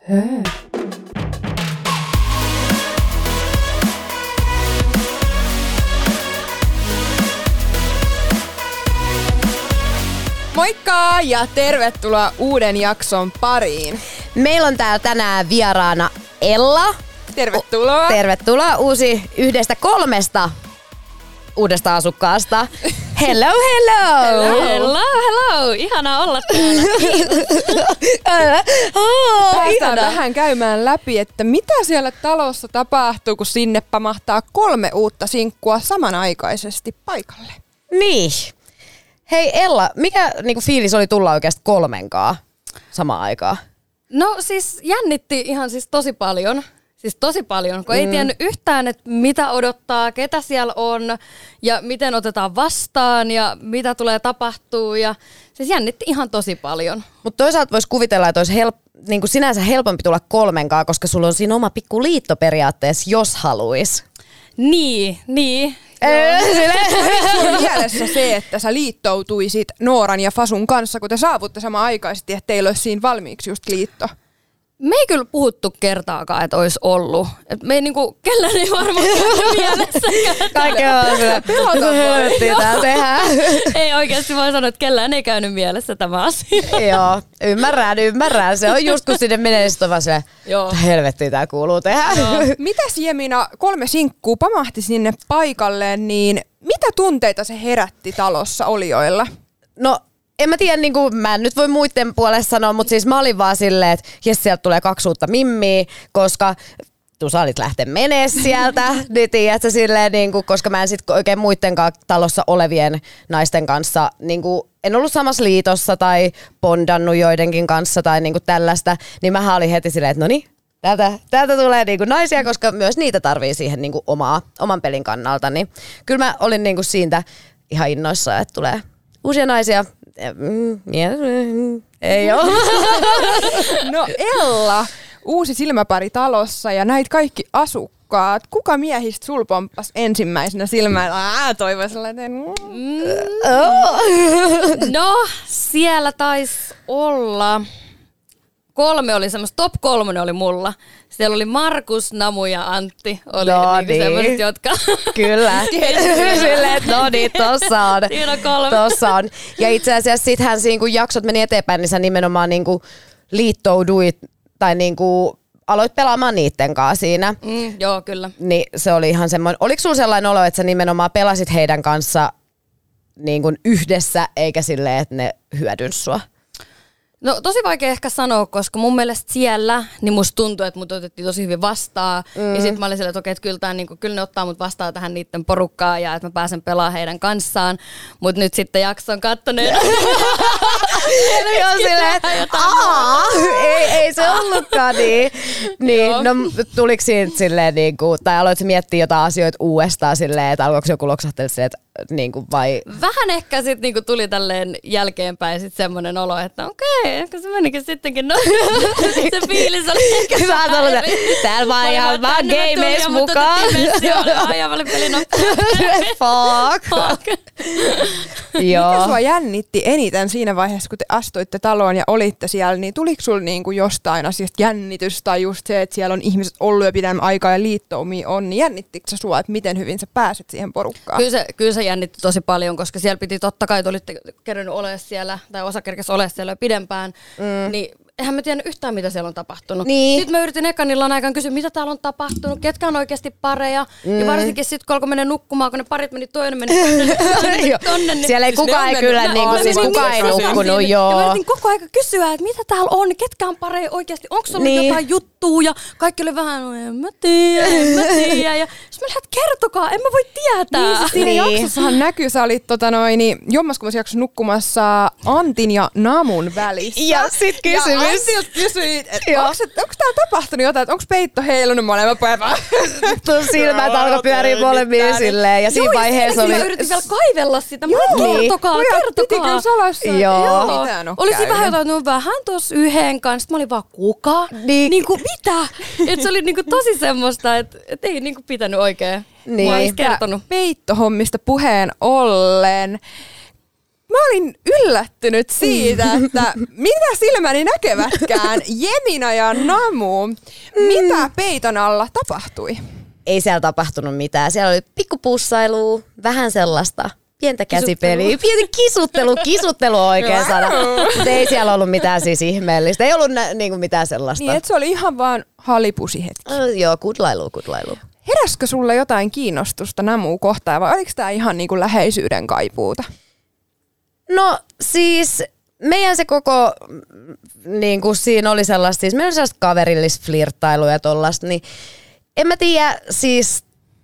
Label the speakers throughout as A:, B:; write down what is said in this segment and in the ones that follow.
A: Moikka ja tervetuloa uuden jakson pariin.
B: Meillä on täällä tänään vieraana Ella.
A: Tervetuloa.
B: Tervetuloa uusi 1-3 uudesta asukkaasta. Hello, hello!
C: Hello, hello! Ihanaa olla täällä.
A: Päästään vähän käymään läpi, että mitä siellä talossa tapahtuu, kun sinne pamahtaa 3 uutta sinkkua samanaikaisesti paikalle.
B: Niin. Hei Ella, mikä niinku fiilis oli tulla oikeasti 3 samaan aikaan?
C: No siis jännitti ihan siis tosi paljon. Kun ei tiennyt yhtään, että mitä odottaa, ketä siellä on ja miten otetaan vastaan ja mitä tulee tapahtuu. Ja siis jännitti ihan tosi paljon.
B: Mutta toisaalta voisi kuvitella, että olisi niinku sinänsä helpompi tulla 3, koska sulla on siinä oma pikku liitto periaatteessa, jos haluis.
C: Niin.
A: Oliko sun mielessä se, että sä liittoutuisit Nooran ja Fasun kanssa, kun te saavutte samanaikaisesti, että teillä olisi siinä valmiiksi just liitto?
C: Me ei kyllä puhuttu kertaakaan, että olisi ollut. Et me ei niinku, kellään ei varmaan mielessäkään.
B: Kaikki on sillä, helvettiä tää tehdään.
C: Ei oikeasti voi sanoa, että kellään ei käynyt mielessä tämä asia.
B: Joo, ymmärrän. Se on just kun sinne menee, sit on vaan silleen, helvettiä tää kuuluu tehdä.
A: Mitäs Jemina, 3 sinkkuu pamahti sinne paikalle, niin mitä tunteita se herätti talossa olijoilla?
B: No, en mä tiedä, niinku, mä en nyt voi muiden puolesta sanoa, mutta siis mä olin vaan silleen, että jes, sieltä tulee 2 uutta mimmiä, koska sä olit lähteä menee sieltä, niin tiedätkö, silleen, niinku, koska mä en sit oikein muidenkaan talossa olevien naisten kanssa, niinku, en ollut samassa liitossa tai bondannut joidenkin kanssa tai niinku tällaista, niin mä olin heti silleen, että no niin, täältä tulee niinku naisia, koska myös niitä tarvii siihen niinku oman pelin kannalta, niin kyllä mä olin niinku siitä ihan innoissaan, että tulee uusia naisia. Ei oo.
A: No Ella, uusi silmäpari talossa ja näit kaikki asukkaat. Kuka miehistä sul pomppas ensimmäisenä silmään? Toivoin sellainen.
C: No, siellä taisi olla 3 oli semmoista, top 3 oli mulla. Siellä oli Markus, Namu ja Antti. Oli niinku semmoiset, jotka...
B: Kyllä. Silleen, että no niin, tossa on.
C: Siinä on 3.
B: Tossa on. Ja itse asiassa sittenhän siinä, kun jaksot meni eteenpäin, niin sä nimenomaan niinku liittouduit tai niinku aloit pelaamaan niitten kanssa siinä.
C: Joo, kyllä.
B: Niin se oli ihan semmoinen. Oliko sulla sellainen olo, että sä nimenomaan pelasit heidän kanssa niin kuin yhdessä, eikä silleen, että ne hyödynsi sua?
C: No tosi vaikea ehkä sanoa, koska mun mielestä siellä niin musta tuntui, että mut otettiin tosi hyvin vastaan. Ja sit mä olin silleen, että okei, että kyllä ne ottaa mut vastaan tähän niitten porukkaan ja että mä pääsen pelaamaan heidän kanssaan. Mut nyt sitten jakson kattoneen.
B: Joo silleen, ei se ollutkaan niin. No tuliko siitä silleen niinku, tai aloitko miettiä jotain asioita uudestaan silleen, että alkoiko joku loksahtella silleen, että niinku vai...
C: Vähän ehkä sit niinku tuli tälleen jälkeenpäin sit semmonen olo, että okei, ehkä se menikin sittenkin se fiilis oli ehkä
B: sä oot ollut, täällä vaan ihan vaan gameissa mukaan. Fuck.
A: Mikä sua jännitti eniten siinä vaiheessa, kun te astuitte taloon ja olitte siellä, niin tuliko sulla niinku jostain asiasta jännitys tai just se, että siellä on ihmiset ollut jo pidemmän aikaa ja liittoumia on, niin jännittikö se sua, että miten hyvin sä pääset siihen porukkaan?
C: Kyllä se jännitti tosi paljon, koska siellä piti totta kai, että olitte kerännyt olemaan siellä, tai osa kerkesi olemaan siellä jo pidempään, niin eihän mä tiennyt yhtään, mitä siellä on tapahtunut.
B: Niin.
C: Sitten mä yritin ekan illan aikaan kysyä, mitä täällä on tapahtunut, ketkä on oikeasti pareja. Ja varsinkin sitten, kun alkoi mennä nukkumaan, kun ne parit meni, toinen meni tonne. Niin
B: siellä ei kukaan ei kyllä, siis kukaan ei nukkunut, joo.
C: Ja mä yritin koko ajan kysyä, että mitä täällä on, ketkä on pareja oikeasti, onko ollut jotain juttua. Ja kaikki oli vähän, en mä tiedä. Ja sitten mä lähdin, kertokaa, en mä voi tietää.
A: Niin, siis siinä jaksossahan näkyy, sä olit jommaskummassa jaksossa nukkumassa Antin ja Namun välissä.
B: Ja sit kysymys.
A: Antilta kysyit, että onko täällä tapahtunut jotain, että onko peitto heilunut molemmat päivää?
B: Tuon silmät alkoi pyöriä molemmin silleen ja siinä vaiheessa oli...
C: Mä yritin vielä kaivella sitä, kertokaa.
A: Pitikö salassa?
B: Joo.
C: Olisi vähän jotain, no vähän tuossa yhden kanssa. Mä olin vaan, kuka? Niinku mitä? Et se oli niinku tosi semmoista, että ei niinku pitänyt oikein. Mä olis kertonut.
A: Peittohommista puheen ollen. mä olin yllättynyt siitä, että mitä silmäni näkevätkään, Jemina ja Namu. Mitä peiton alla tapahtui?
B: Ei siellä tapahtunut mitään. Siellä oli pikkupussailua, vähän sellaista pientä käsipeliä, pieni kisuttelu on oikein sana. Mutta ei siellä ollut mitään siis ihmeellistä. Ei ollut niinku mitään sellaista.
A: Niin, että se oli ihan vaan halipusihetki.
B: Joo, kudlailu.
A: Heräskö sulle jotain kiinnostusta Namua kohtaan vai oliko tää ihan niinku läheisyyden kaipuuta?
B: No siis meidän se koko, niinku siinä oli sellaista, siis meillä oli sellaista kaverillista flirttailua ja tollaista, niin en mä tiedä, siis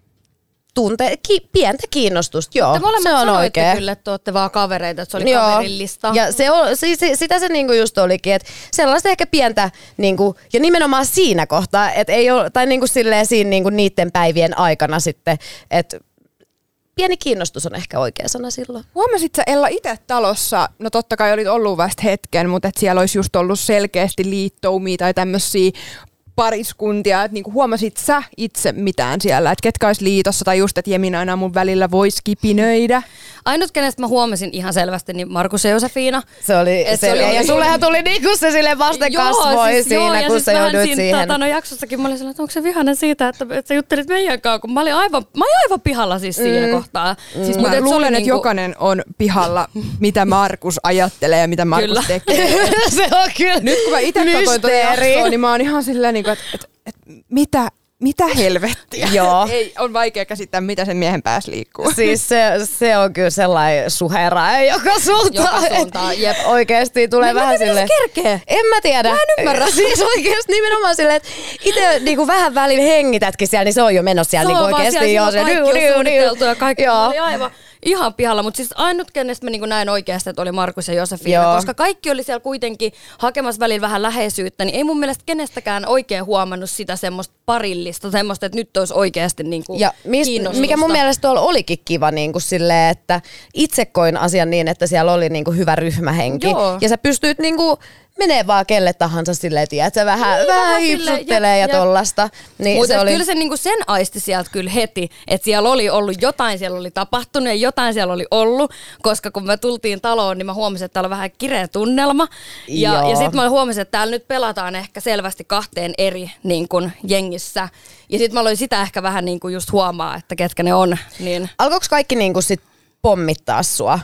B: pientä kiinnostusta, joo, se on oikein.
C: Kyllä, että olette vaan kavereita, että se oli kaverillista.
B: Ja sitä se niinku just olikin, että sellaista ehkä pientä, niinku, ja nimenomaan siinä kohtaa, että ei ole, tai niinku silleen siinä niinku niiden päivien aikana sitten, että pieni kiinnostus on ehkä oikea sana silloin.
A: Huomasit sä Ella itse talossa, no totta kai olit ollut vasta hetken, mutta et siellä olisi just ollut selkeästi liittoumia tai tämmöisiä pariskuntia, että niinku huomasit sä itse mitään siellä, että ketkä olisi liitossa tai just, että Jemina ja Namun välillä voisi kipinöidä?
C: Ainut, kenestä mä huomasin ihan selvästi, niin Markus ja Josefina.
B: Se oli ja sullehan tuli niinku se sille vasten kasvoi siis siinä, kun sä joudut siihen.
C: Jaksossakin mä olin sellainen, että onko se vihainen siitä, että sä juttelit meidän kanssa, kun mä olin aivan pihalla siis siinä kohtaa. Siis
A: mä luulen, että jokainen on pihalla, mitä Markus ajattelee ja mitä Markus tekee.
B: Se on kyllä
A: nyt kun mä itse katsoin tuota jaksoa, niin mä oon ihan silleen, että mitä helvettiä?
B: Joo.
A: Ei, on vaikea käsittää, mitä sen miehen päässä liikkuu.
B: Siis se on kyllä sellainen suheraaja joka suuntaan.
C: Jep.
B: Oikeesti tulee vähän silleen.
C: Kerkee?
B: En mä tiedä.
C: Mä en ymmärrä.
B: Siis oikeesti nimenomaan silleen, että itse niinku vähän välillä hengitätkin siellä, niin se on jo menossa siellä niinku oikeesti.
C: Se on vaan kaikki on suunniteltu ja kaikki oli aivan ihan pihalla, mutta siis ainut, kenestä mä niin näin oikeasti, että oli Markus ja Josefina, koska kaikki oli siellä kuitenkin hakemassa välillä vähän läheisyyttä, niin ei mun mielestä kenestäkään oikein huomannut sitä semmoista parillista, semmoista, että nyt olisi oikeasti niin kuin kiinnostusta.
B: Mikä mun mielestä tuolla olikin kiva niin kuin silleen, että itse koin asian niin, että siellä oli niin kuin hyvä ryhmähenki. Joo. Ja sä pystyit niin kuin menee vaan kelle tahansa silleen, tiedätkö, vähän hipsuttelee ja tollasta. Niin
C: mutta kyllä se niinku sen aisti sieltä kyllä heti, että siellä oli ollut jotain, siellä oli tapahtunut ja jotain siellä oli ollut, koska kun me tultiin taloon, niin mä huomasin, että täällä on vähän kireä tunnelma. Ja sitten mä huomasin, että täällä nyt pelataan ehkä selvästi kahteen eri niin kuin jengissä. Ja sitten mä aloin sitä ehkä vähän niin kuin just huomaa, että ketkä ne on. Niin.
B: Alkoiko kaikki niin kuin sit pommittaa sua?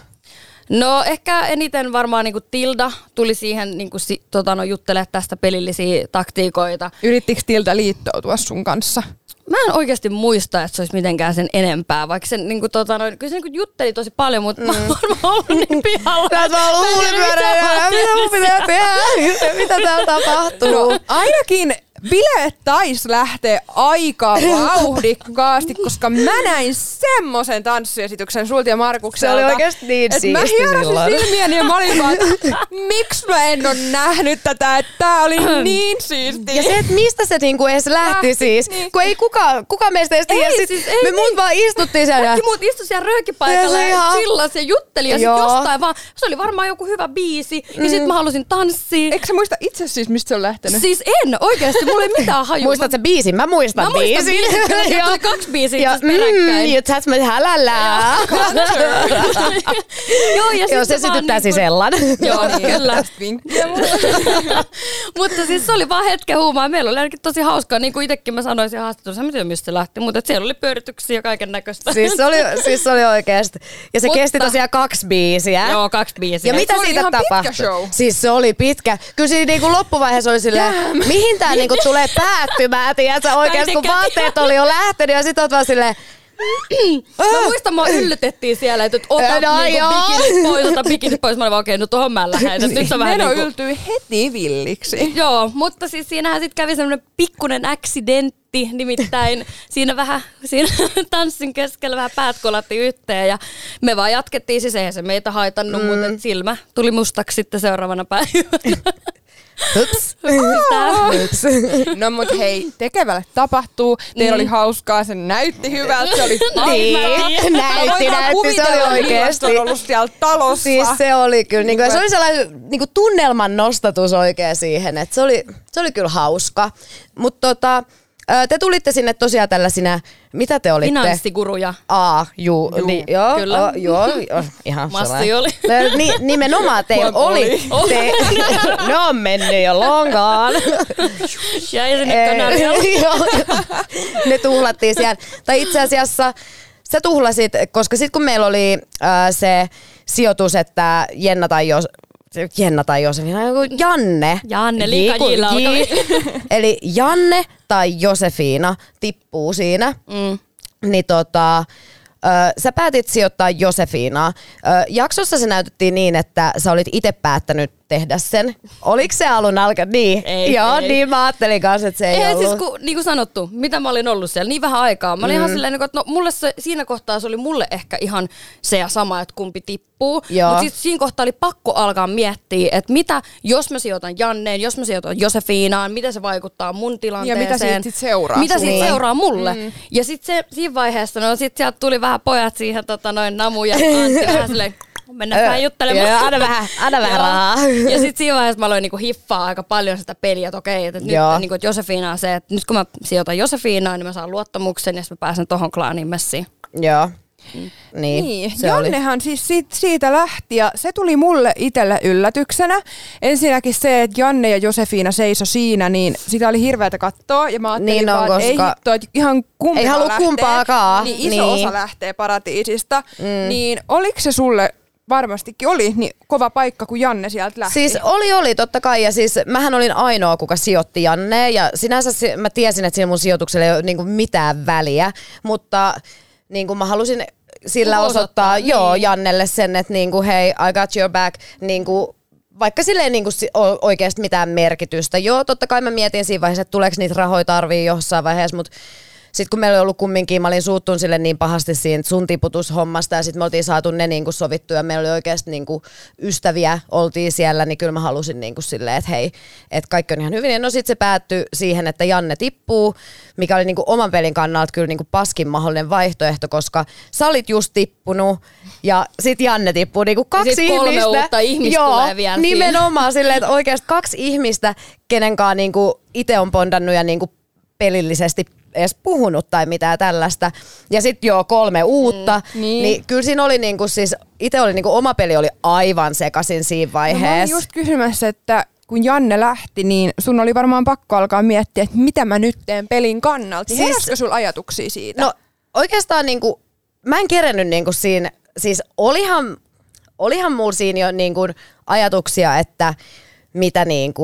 C: No ehkä eniten varmaan niinku Tilda tuli siihen niinku juttelemaan tästä pelillisiä taktiikoita.
A: Yrittikö Tilda liittoutua sun kanssa?
C: Mä en oikeasti muista, että se olisi mitenkään sen enempää, vaikka se niinku, kyllä se niinku jutteli tosi paljon, mutta mä oon varmaan ollut niin pihalla.
B: Sä oot vaan ollut huulipyöreänä, mitä mun pitää tehdä? Mitä täällä tapahtuu?
A: No, ainakin bileet tais lähtee aika vauhdikkaasti, koska mä näin semmoisen tanssiesityksen sulta ja Markukselta.
B: Se oli oikeasti niin siisti
A: mä hierasin silmiäni ja mä olin vaan, miksi mä en ole nähnyt tätä, että tää oli niin siistiä.
B: Ja se, että mistä se niinku edes lähti siis, niin. Kun ei kuka meistä edes tiedä. Me muut vaan istuttiin siellä.
C: Kaikki muut istu siellä röökipaikalla ja chillas ja jutteli ja sit jostain vaan, se oli varmaan joku hyvä biisi ja sit mä halusin tanssia.
A: Eikö sä muista itse siis, mistä se on lähtenyt?
C: Siis en oikeesti. Mulla ei mitään hajua.
B: Muistat sä biisin? Mä muistan biisin.
C: Kyllä, tuli 2 biisiä peräkkäin.
B: You touch my halala. Joo, se sytyttää siis Ellan.
C: Joo, kyllä. Mutta siis se oli vaan hetken huumaa. Meillä oli ainakin tosi hauskaa. Niin kuin itsekin mä sanoisin haastattelussa, en tiedä mistä se lähti, mutta siellä oli pyörityksiä ja kaiken näköistä.
B: Siis se oli oikeasti. Ja se kesti tosiaan 2 biisiä.
C: Joo, 2 biisiä.
B: Ja mitä siitä tapahtui? Siis se oli pitkä. Kyllä siinä niinku loppuvaiheessa oli silleen, mihin tää niinku tulee päättymään, tiedätkö, oikeasti kun vaatteet oli jo lähtenyt ja sit oot vaan silleen,
C: mä muistan, mua yllytettiin siellä, että ota bikinit pois. Mä olin vaan, okei, no tohon mä lähden.
A: Meno yltyi heti villiksi.
C: Joo, mutta siis siinähän sit kävi semmonen pikkunen accidentti, nimittäin siinä tanssin keskellä vähän päät kolatti yhteen ja me vaan jatkettiin, siis eihän se meitä haitannut, mutta silmä tuli mustaksi sitten seuraavana päivänä.
B: Ups.
A: No mut hei, tekevälle tapahtuu. Teillä oli hauskaa, se näytti hyvältä, se oli
B: näytti, se oli oikeesti.
A: Se on ollut siellä talossa.
B: Siis se oli kyllä, se oli sellainen tunnelman nostatus oikein siihen, että se oli kyllä hauska. Mutta te tulitte sinne tosiaan tällaisina, mitä te olitte?
C: Finanssiguruja.
B: Joo,
C: kyllä.
B: Joo, ihan
C: Massi oli.
B: Nimenomaan teillä oli. Ne on mennyt jo lonkaan.
C: Jäi sinne Kanarialle.
B: Ne tuhlattiin siellä. Tai itse asiassa sä tuhlasit, koska sitten kun meillä oli se sijoitus, että Janne, liika eli Janne tai Josefina tippuu siinä, niin sä päätit sijoittaa Josefinaa. Jaksossa se näytettiin niin, että sä olit itse päättänyt tehdä sen. Oliko se alun alkaen? Niin.
C: Ei,
B: joo,
C: ei.
B: niin mä ajattelin kanssa, että se ei ollut.
C: Siis niin kuin sanottu, mitä mä olin ollut siellä niin vähän aikaa. Mä olin ihan silleen, että no, mulle siinä kohtaa se oli mulle ehkä ihan se ja sama, että kumpi tippuu. Mutta sitten siinä kohtaa oli pakko alkaa miettiä, että mitä jos mä sijoitan Janneen, jos mä sijoitan Josefinaan, miten se vaikuttaa mun tilanteeseen.
A: Ja mitä siitä sit seuraa.
C: Mitä siitä seuraa mulle. Ja sitten siinä vaiheessa, no sit sieltä tuli vähän pojat siihen namuun ja Antti vähän silleen, mennään vähän juttelemaan.
B: Joo, anna vähän rahaa.
C: Ja sitten siinä vaiheessa mä aloin niinku hiffaa aika paljon sitä peliä, että okei, että nyt niinku, että Josefina on se, että nyt kun mä sijoitan Josefinaan, niin mä saan luottamuksen ja sitten mä pääsen tohon klaaniin messiin.
B: Joo.
A: Niin, Jannehan siis siitä lähti ja se tuli mulle itselle yllätyksenä. Ensinnäkin se, että Janne ja Josefina seiso siinä, niin sitä oli hirveätä katsoa ja mä ajattelin
B: niin
A: vaan, että ei hitto, että ihan kumpikaan
B: ei halua
A: lähtee.
B: kumpaakaan.
A: Niin iso osa lähtee paratiisista. Niin oliko se sulle, varmastikin oli, niin kova paikka, kun Janne sieltä lähti?
B: Siis oli totta kai ja siis mähän olin ainoa, kuka sijoitti Janneen ja sinänsä mä tiesin, että siinä mun sijoituksella ei ole niinku mitään väliä, mutta niinku mä halusin sillä osoittaa niin. Jannelle sen, että niinku, hei, I got your back, niinku, vaikka sillä ei niinku oikeasti mitään merkitystä. Joo, totta kai mä mietin siinä vaiheessa, että tuleeko niitä rahoja tarvii jossain vaiheessa, mutta sitten kun meillä oli ollut kumminkin, mä olin suuttunut sille niin pahasti siinä sun tiputushommasta ja sitten me oltiin saatu ne niinku sovittu ja meillä oli oikeasti niinku ystäviä oltiin siellä, niin kyllä mä halusin niinku silleen, että hei, että kaikki on ihan hyvin. Ja no sitten se päättyi siihen, että Janne tippuu, mikä oli niinku oman pelin kannalta kyllä niinku paskin mahdollinen vaihtoehto, koska sä olit just tippunut ja sitten Janne tippuu niinku kaksi ihmistä.
C: Ja sitten 3 uutta ihmistä tulee vielä
B: nimenomaan silleen, että oikeasti 2 ihmistä, kenenkaan niinku itse on bondannut ja niinku pelillisesti edes puhunut tai mitään tällaista. Ja sitten 3 uutta. Niin kyllä siinä oli niinku siis, itse oli niinku oma peli oli aivan sekaisin siinä vaiheessa. No mä olin
A: just kysymässä, että kun Janne lähti, niin sun oli varmaan pakko alkaa miettiä, että mitä mä nyt teen pelin kannalta. Siis, heräskö sulla ajatuksia siitä?
B: No oikeastaan niinku, mä en kerennyt niinku siinä, siis olihan mulla siinä jo niinku ajatuksia, että mitä niinku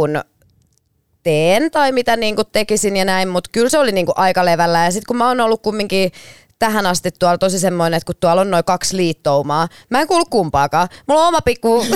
B: teen tai mitä niinku tekisin ja näin, mutta kyllä se oli niinku aika levällä. Ja sitten kun mä oon ollut kumminkin tähän asti tuolla tosi semmoinen, että kun tuolla on noin 2 liittoumaa, mä en kuulu kumpaakaan. Mulla on oma pikku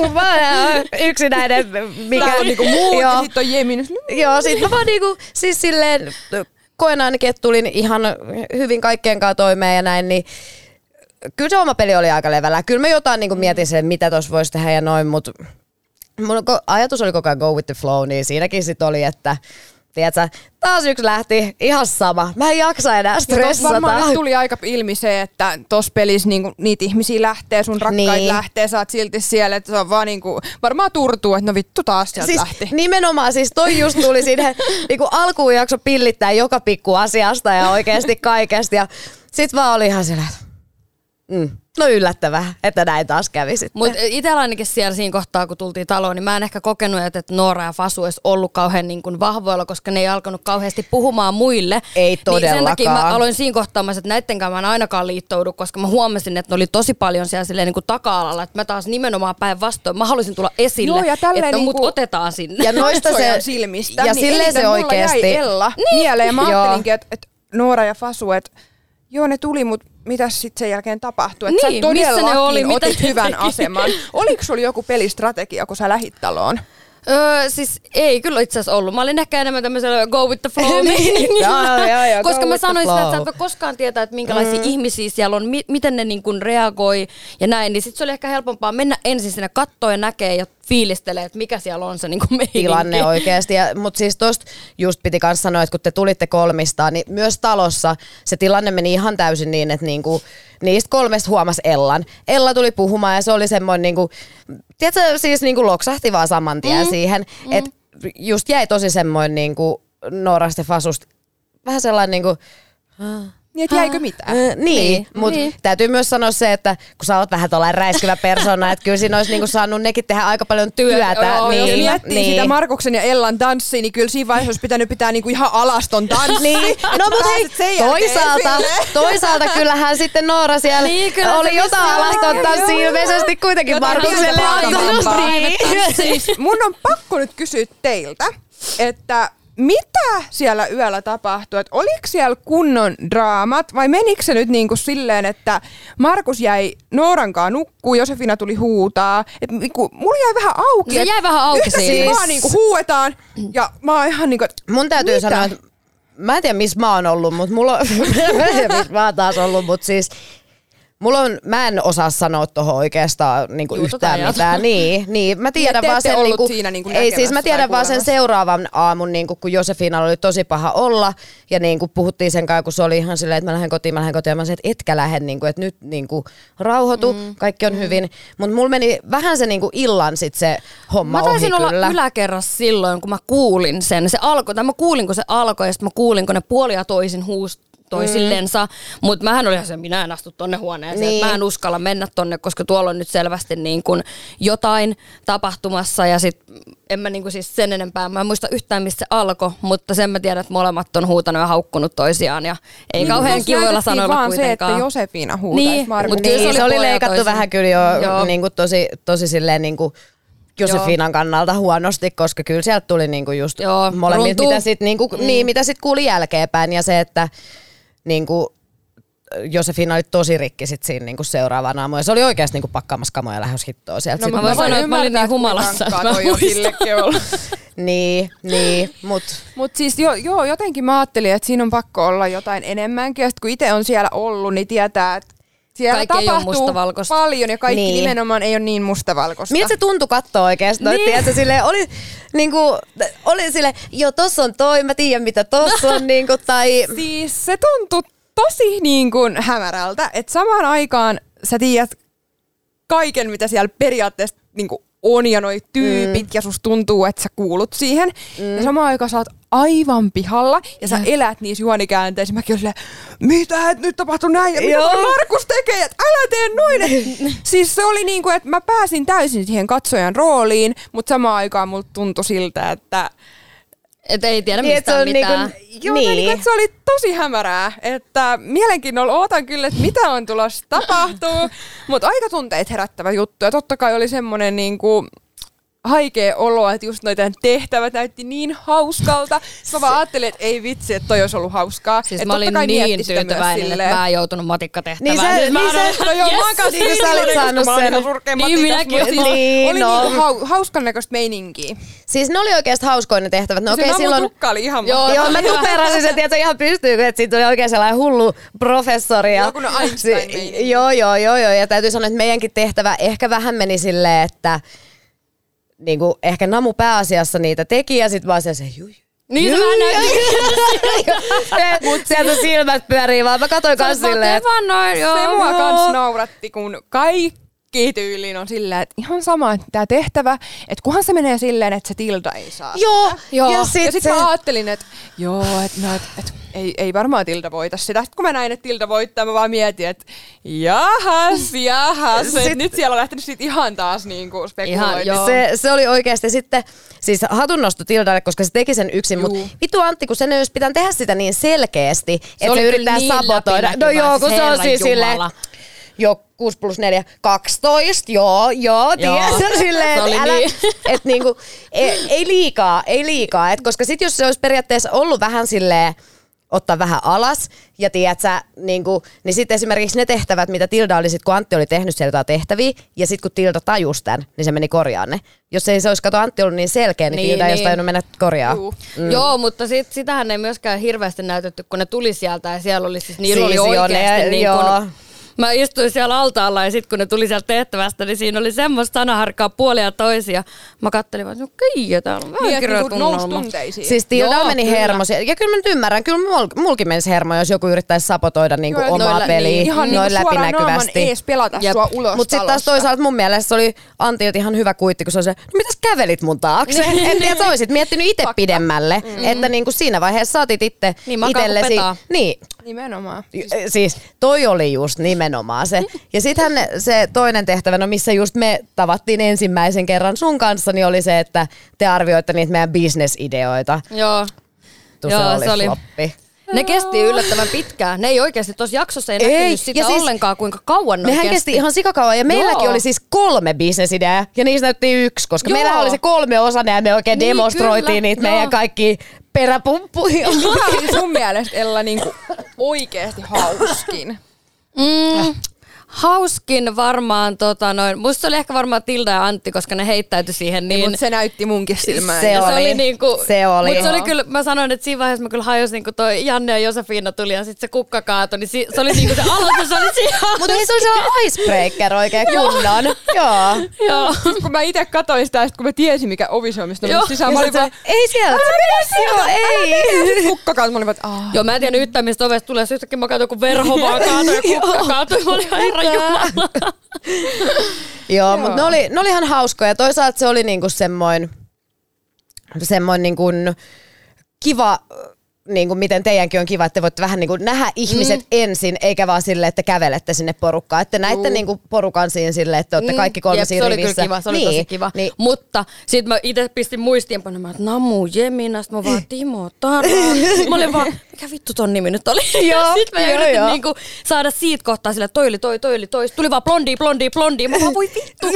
B: yksinäinen, mikä
A: tää on niinku muut ja sit on Jemin.
B: Joo, sit mä vaan niinku, siis silleen koen ainakin, että tulin ihan hyvin kaikkien kanssa toimeen ja näin, niin kyllä se oma peli oli aika levällä. Kyllä mä jotain niinku mietin sen, mitä tossa voisi tehdä ja noin, mutta mun ajatus oli koko ajan go with the flow, niin siinäkin sit oli, että tiedätkö, taas yksi lähti, ihan sama. Mä en jaksa enää stressata.
A: Varmaan tuli aika ilmi se, että tossa pelissä niinku, niitä ihmisiä lähtee, sun rakkaita lähtee, sä oot silti siellä, että se on vaan niinku, varmaan turtuu, että no vittu taas sieltä
B: siis,
A: lähti.
B: Nimenomaan, siis toi just tuli siinä, niinku alkuun jakso pillittää joka pikku asiasta ja oikeasti kaikesta ja sit vaan oli ihan siellä, no yllättävää, että näin taas kävi sitten.
C: Mutta itsellä ainakin siellä siinä kohtaa, kun tultiin taloon, niin mä en ehkä kokenut, että Noora ja Fasu olisi ollut kauhean niin kuin vahvoilla, koska ne ei alkanut kauheasti puhumaan muille.
B: Ei todellakaan.
C: Niin sen takia mä aloin siinä kohtaa, että näittenkään mä en ainakaan liittoudu, koska mä huomasin, että ne oli tosi paljon siellä silleen niin kuin taka-alalla, että mä taas nimenomaan päinvastoin. Mä haluaisin tulla esille, että
A: niin
C: mut otetaan sinne.
B: Ja noista se
A: silmistä.
B: Ja
A: niin
B: silleen se oikeasti.
A: Jäi Ella mieleen. Mä ajattelinkin, että Noora ja Fasu, että joo ne tuli, mutta mitäs sitten sen jälkeen tapahtui? Että
C: niin,
A: sä todellakin
C: otit
A: hyvän aseman. Oliko sulla joku pelistrategia, kun sä lähit taloon?
C: Siis ei kyllä itse asiassa ollut. Mä olin ehkä enemmän tämmöisellä go with the flow. Koska mä sanoin sitä, että sä et voi koskaan tietää, että minkälaisia ihmisiä siellä on, miten ne niin kuin reagoi ja näin. Niin sit se oli ehkä helpompaa mennä ensin sinne kattoon ja näkee ja fiilistelee, että mikä siellä on se niin kuin meininki.
B: Tilanne oikeasti. Mutta siis tosta just piti kans sanoa, että kun te tulitte 3, niin myös talossa se tilanne meni ihan täysin niin, että niinku, niistä 3 huomasi Ellan. Ella tuli puhumaan ja se oli semmoinen, niinku, tiedätkö, siis niinku loksahti vaan saman tien siihen. Että just jäi tosi semmoinen niinku Noorasta ja Fasusta vähän sellainen niinku...
A: Niin, että jäikö mitään?
B: Niin, mutta täytyy myös sanoa se, että kun sä oot vähän tollainen räiskyvä persona, että kyllä siinä olisi niinku saanut nekin tehdä aika paljon työtä.
A: Joo, niin, jos miettii sitä Markuksen ja Ellan tanssia, niin kyllä siinä vaiheessa olisi pitänyt pitää niinku ihan alaston tanssi.
B: Niin. No mutta hei, toisaalta kyllähän sitten Noora siellä oli jotain alaston tanssia ilmeisesti kuitenkin Markukselle antanut.
A: Siis mun on pakko nyt kysyä teiltä, että mitä siellä yöllä tapahtui? Et oliko siellä kunnon draamat vai menikö se nyt niinku silleen, että Markus jäi Noorankaan nukkuu, Josefina tuli huutaa? Et niinku, mulla jäi vähän auki.
C: Se jäi vähän auki
A: siinä. Vaan niinku huuetaan ja mä oon ihan niinku,
B: mun täytyy sanoa, että mä en tiedä missä mä oon ollut, mutta mulla on, mä en tiedä missä mä oon taas ollut, mutta siis mä en osaa sanoa tuohon oikeastaan niinku yhtään mitään. Niin, mä tiedän vaan sen mä tiedän vaan sen seuraavan aamun niinku, kun Josefinalla oli tosi paha olla ja niinku puhuttiin sen kanssa, kun se oli ihan silleen, että mä lähden kotiin ja mä sanoin, että etkä lähde niinku, että nyt niinku rauhoitu, kaikki on hyvin. Mut mulla meni vähän se niinku illan sit se homma ohi kyllä.
C: Mä taisin olla yläkerrassa silloin, kun mä kuulin sen. Se alkoi, tai mä kuulin kun se alkoi ja sitten mä kuulin kun ne puolin ja toisin toisillensa, mutta mähän olin se, minä en astu tonne huoneeseen, niin. Mä en uskalla mennä tonne, koska tuolla on nyt selvästi niin kuin jotain tapahtumassa ja sit en mä niin kuin siis sen enempää, mä en muista yhtään mistä se alkoi, mutta sen mä tiedän, että molemmat on huutanut ja haukkunut toisiaan ja ei niin, kauhean kivoilla sanoilla
A: vaan
C: kuitenkaan.
A: Se, että Josefina huutaisi
C: niin,
A: Markus.
B: Niin, se oli leikattu vähän kyllä jo niin kuin tosi silleen niin kuin Josefinan kannalta huonosti, koska kyllä sieltä tuli niinku just molemmat, mitä sit kuuli jälkeenpäin ja se, että niinku Josefina oli tosi rikki sit siinä niinku seuraavana aamuun. Ja se oli oikeasti niinku pakkaamassa kamoja lähes hittoa sieltä.
C: No, mä voin sanoa, että mä olin niin humalassa.
B: Niin,
A: mut siis jotenkin mä ajattelin, että siinä on pakko olla jotain enemmänkin. Ja sit kun itse on siellä ollut, niin tietää, että siellä
C: kaikki
A: tapahtuu paljon ja kaikki nimenomaan ei ole niin mustavalkoista.
B: Miltä se tuntui katsoa oikeastaan? Niin. Tiedätkö, silleen, oli silleen, joo tossa on toi, mä tiedän mitä tossa on. niinku, tai...
A: Siis se tuntui tosi niin kuin hämärältä, että samaan aikaan sä tiedät kaiken mitä siellä periaatteessa niin kuin on ja noi tyypit ja susta tuntuu, että sä kuulut siihen. Ja samaan aikaan sä oot aivan pihalla ja sä elät niissä juonikäänteissä. Mäkin olen silleen, mitä, että nyt tapahtui näin ja mitä Markus tekee, että älä tee noin. Siis se oli niin kuin, että mä pääsin täysin siihen katsojan rooliin, mutta samaan aikaan mulla tuntui siltä, että
C: ei tiedä mistään mitään.
A: Että se oli tosi hämärää. Että mielenkiinnolla ootan kyllä, että mitä on tulossa tapahtuu. Mutta aika tunteet herättävä juttu. Ja totta kai oli semmoinen niinku haikea olo, että just noiden tehtävät näytti niin hauskalta. Mä vaan ajattelin, että ei vitsi, että toi olisi ollut hauskaa.
C: Siis mä olin niin tyytyväinen, että mä en joutunut matikkatehtävään.
B: Sä olit saanut sen.
C: Niin minäkin.
A: Oli niinku hauskan näköistä meininkiä.
B: Siis ne oli oikeasti hauskoja ne tehtävät. No,
A: se silloin tukka oli ihan
B: joo, mä tuperasin sen, että ihan pystyy, että siitä tuli oikein sellainen hullu professori.
A: Joo, kun on Einstein.
B: Joo. Ja täytyy sanoa, että meidänkin tehtävä ehkä vähän meni silleen, että niinku, ehkä Namu pääasiassa niitä teki ja sit vaan se
C: niin se vähän
B: näytti. Sieltä silmät pyörii vaan. Mä katsoin kans silleen.
A: Se mua kans nauratti, kun kaikki tyyliin on silleen, että ihan sama, että tää tehtävä, että kunhan se menee silleen, että se Tilda ei saa.
B: Joo.
A: Ja sit mä ajattelin, että ei varmaan Tilda voita sitä. Sitten kun mä näin, että Tilda voittaa, mä vaan mietin, että jahas. Nyt siellä on lähtenyt sit ihan taas niinku spekuloida.
B: Se oli oikeasti sitten, siis hatunnosto Tildalle, koska se teki sen yksin, mutta vittu Antti, kun sen ei olisi pitänyt tehdä sitä niin selkeästi, että se yrittää niin sabotoida. No joo, kun se on siis silleen, 6 + 4, 12, joo, tiedätkö, silleen, että
C: niin.
B: et niinku, ei liikaa, et koska sit jos se olisi periaatteessa ollut vähän silleen, ottaa vähän alas ja tiedätkö, niin sitten esimerkiksi ne tehtävät, mitä Tilda oli sit, kun Antti oli tehnyt sieltä tehtäviä ja sitten kun Tilda tajusi tämän, niin se meni korjaan ne. Jos ei se olisi Antti ollut niin selkeä, niin Tilda ei olisi tajunnut mennä korjaan.
C: Joo, mutta sitähän ei myöskään hirveästi näytetty, kun ne tuli sieltä ja siellä oli siis niillä oli oikeasti niin kuin Mä istuin siellä altaalla ja sitten kun ne tuli sieltä tehtävästä, niin siinä oli semmoista sanaharkkaa puolia toisia. Mä kattelin vaan, että Keija, täällä on vähän kirjoitunnelma.
B: Siis Tilda meni hermosia. Ja kyllä mä nyt ymmärrän, kyllä mulkin menisi hermo, jos joku yrittäisi sabotoida niinku omaa peliä noin läpinäkyvästi.
A: Ees pelata sua ulos.
B: Mutta sitten taas toisaalta mun mielestä se oli Antilta ihan hyvä kuitti, kun se oli se, no mitäs kävelit mun taakse? Että sä olisit miettinyt itse pidemmälle. Että niinku siinä vaiheessa saatit itse itsellesi. Niin.
A: Nimenomaan.
B: Siis toi oli just nimenomaan se. Ja sittenhän se toinen tehtävä, no missä just me tavattiin ensimmäisen kerran sun kanssa, niin oli se, että te arvioitte niitä meidän business-ideoita.
C: Joo.
B: Se oli floppi.
C: Ne kesti yllättävän pitkään. Ne ei oikeasti tuossa jaksossa ei näkynyt sitä siis ollenkaan, kuinka kauan ne
B: kesti. Kesti ihan sikakauan ja meilläkin oli siis 3 business-ideaa ja niistä näytti 1, koska meillä oli se 3 osana ja me oikein demonstroitiin niitä meidän kaikki peräpumppuja.
A: Mikä oli sun mielestä Ella niinku oikeasti hauskin?
C: Hauskin varmaan, musta se oli ehkä varmaan Tilda ja Antti, koska ne heittäytyi siihen niin.
A: Mutta se näytti munkin silmään.
B: Se oli.
C: Mutta se oli kyllä, mä sanoin, että siinä vaiheessa mä kyllä hajosin, kun toi Janne ja Josefina tuli ja sitten se kukka kaatui, niin se oli niinku se aloitus oli siinä.
B: Mutta se oli sellainen icebreaker oikein kunnon.
C: Joo.
A: Sitten kun mä itse katsoin sitä, kun mä tiesin mikä ovi se on, mistä mä sisään, mä olin vaan,
B: ei sieltä. Ei.
A: Kukka kaatui, mä olin vaan,
C: Joo, mä en tiennyt yhtään, mistä ovesta tulee. Yhtäkkiä mä katsoin, kun verho vaan kaatui ja kukka kaatui. Mä olin herran jumala.
B: Joo, mutta ne oli ihan hauskoja. Toisaalta se oli niinku semmoinen niinku kiva, niinku miten teidänkin on kiva, että te voitte vähän niinku nähdä ihmiset ensin, eikä vaan silleen, että kävelette sinne porukkaan. Että näitte niinku porukan siinä silleen, että olette kaikki 3 siinä rivissä.
C: Se oli kyllä kiva, se oli tosi kiva. Niin. Mutta sit mä itse pistin muistiinpanomaan, että Namu Jemina, sit mä vaan Timo Tara. Mä olin vaan, mikä vittu ton nimi nyt oli? Sitten mä yritin niinku saada siitä kohtaa sille, toi oli. Tuli vaan blondi. Mä vaan voi vittu.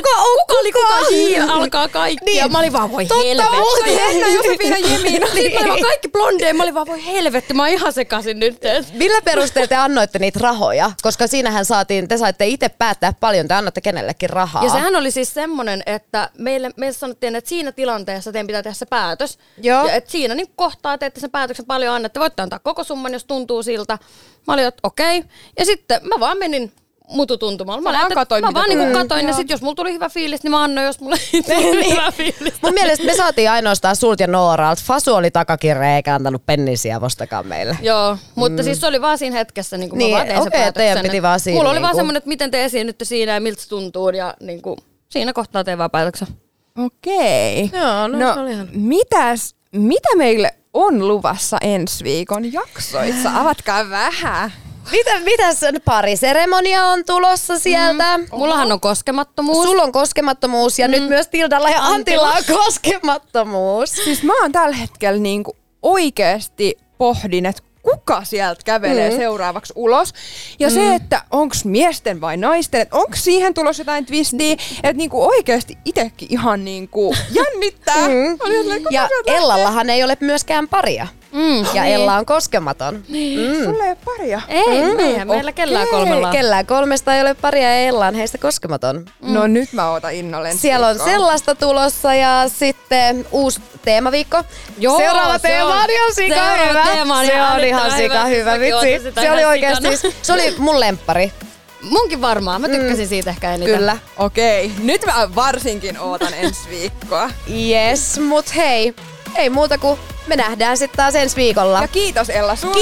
C: Kuka alkaa kaikki.
B: Niin.
C: Ja mä olin vaan voi helvetti.
A: Josefina Jemina.
C: Sitten mä olin kaikki blondeja. Mä olin vaan voi helvetti. Mä oon ihan sekasin nyt.
B: Millä perusteella te annoitte niitä rahoja? Koska siinähän te saitte itse päättää paljon. Te annatte kenellekin rahaa.
C: Ja sehän oli siis semmonen, että meille sanottiin, että siinä tilanteessa teidän pitää tehdä se päätös.
B: Joo.
C: Ja että siinä niin kohtaa teette sen päätöksen paljon annatte. Voitte antaa koko summan, jos tuntuu siltä. Mä olin, että okei. Ja sitten mä vaan menin mututuntumalla. Mä vaan niinku katoin ja sit jos mulla tuli hyvä fiilis, niin mä annoin, jos mulla ei tuli hyvä fiilis.
B: Mun mielestä me saatiin ainoastaan sulta ja Nooralta. Fasu oli takakirja eikä antanut pennisiä vastakaan meille.
C: Joo, mutta siis se oli vaan siinä hetkessä, niin mä vaan tein sen päätöksen.
B: Teidän piti vaan siinä.
C: Mulla oli vaan semmonen, että miten te esiinnytte siinä ja miltä se tuntuu ja niinku, siinä kohtaa tein vaan päätöksen.
A: Okei.
B: Joo, no se oli ihan.
A: Mitä meille on luvassa ensi viikon jaksoissa? Avatkaa vähän.
B: Mitäs pariseremonia on tulossa sieltä?
C: Mullahan on koskemattomuus.
B: Sulla on koskemattomuus ja nyt myös Tildalla ja Antilla on koskemattomuus.
A: Siis mä oon tällä hetkellä niinku oikeesti pohdin, että kuka sieltä kävelee seuraavaksi ulos. Ja se, että onks miesten vai naisten, että onks siihen tulossa jotain twistiä, että niinku oikeesti itekin ihan niinku jännittää.
B: Ja Ellallahan ei ole myöskään paria. Ja Ella on koskematon.
A: Sulla ei ole paria.
C: Ei, meillä kellään 3.
B: Kellään 3 ei ole paria ja Ella on heistä koskematon.
A: No nyt mä ootan innolla.
B: Siellä on sellaista tulossa ja sitten uusi teemaviikko.
C: Joo,
B: seuraava teema on ihan sika hyvä. Se on ihan sika hyvä, vitsi. Se oli oikeasti, se oli mun lemppari.
C: Munkin varmaan, mä tykkäsin siitä ehkä eniten.
B: Kyllä.
A: Okei, nyt mä varsinkin ootan ensi viikkoa.
B: Yes, mut hei, ei muuta kuin me nähdään sitten taas ensi viikolla.
A: Ja kiitos Ella sulle.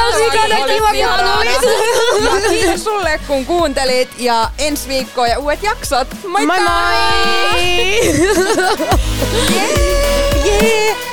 A: Kiitos sulle kun kuuntelit ja ensi viikkoa ja uudet jaksot. Moikka!
B: Moi moi!
A: Yeah!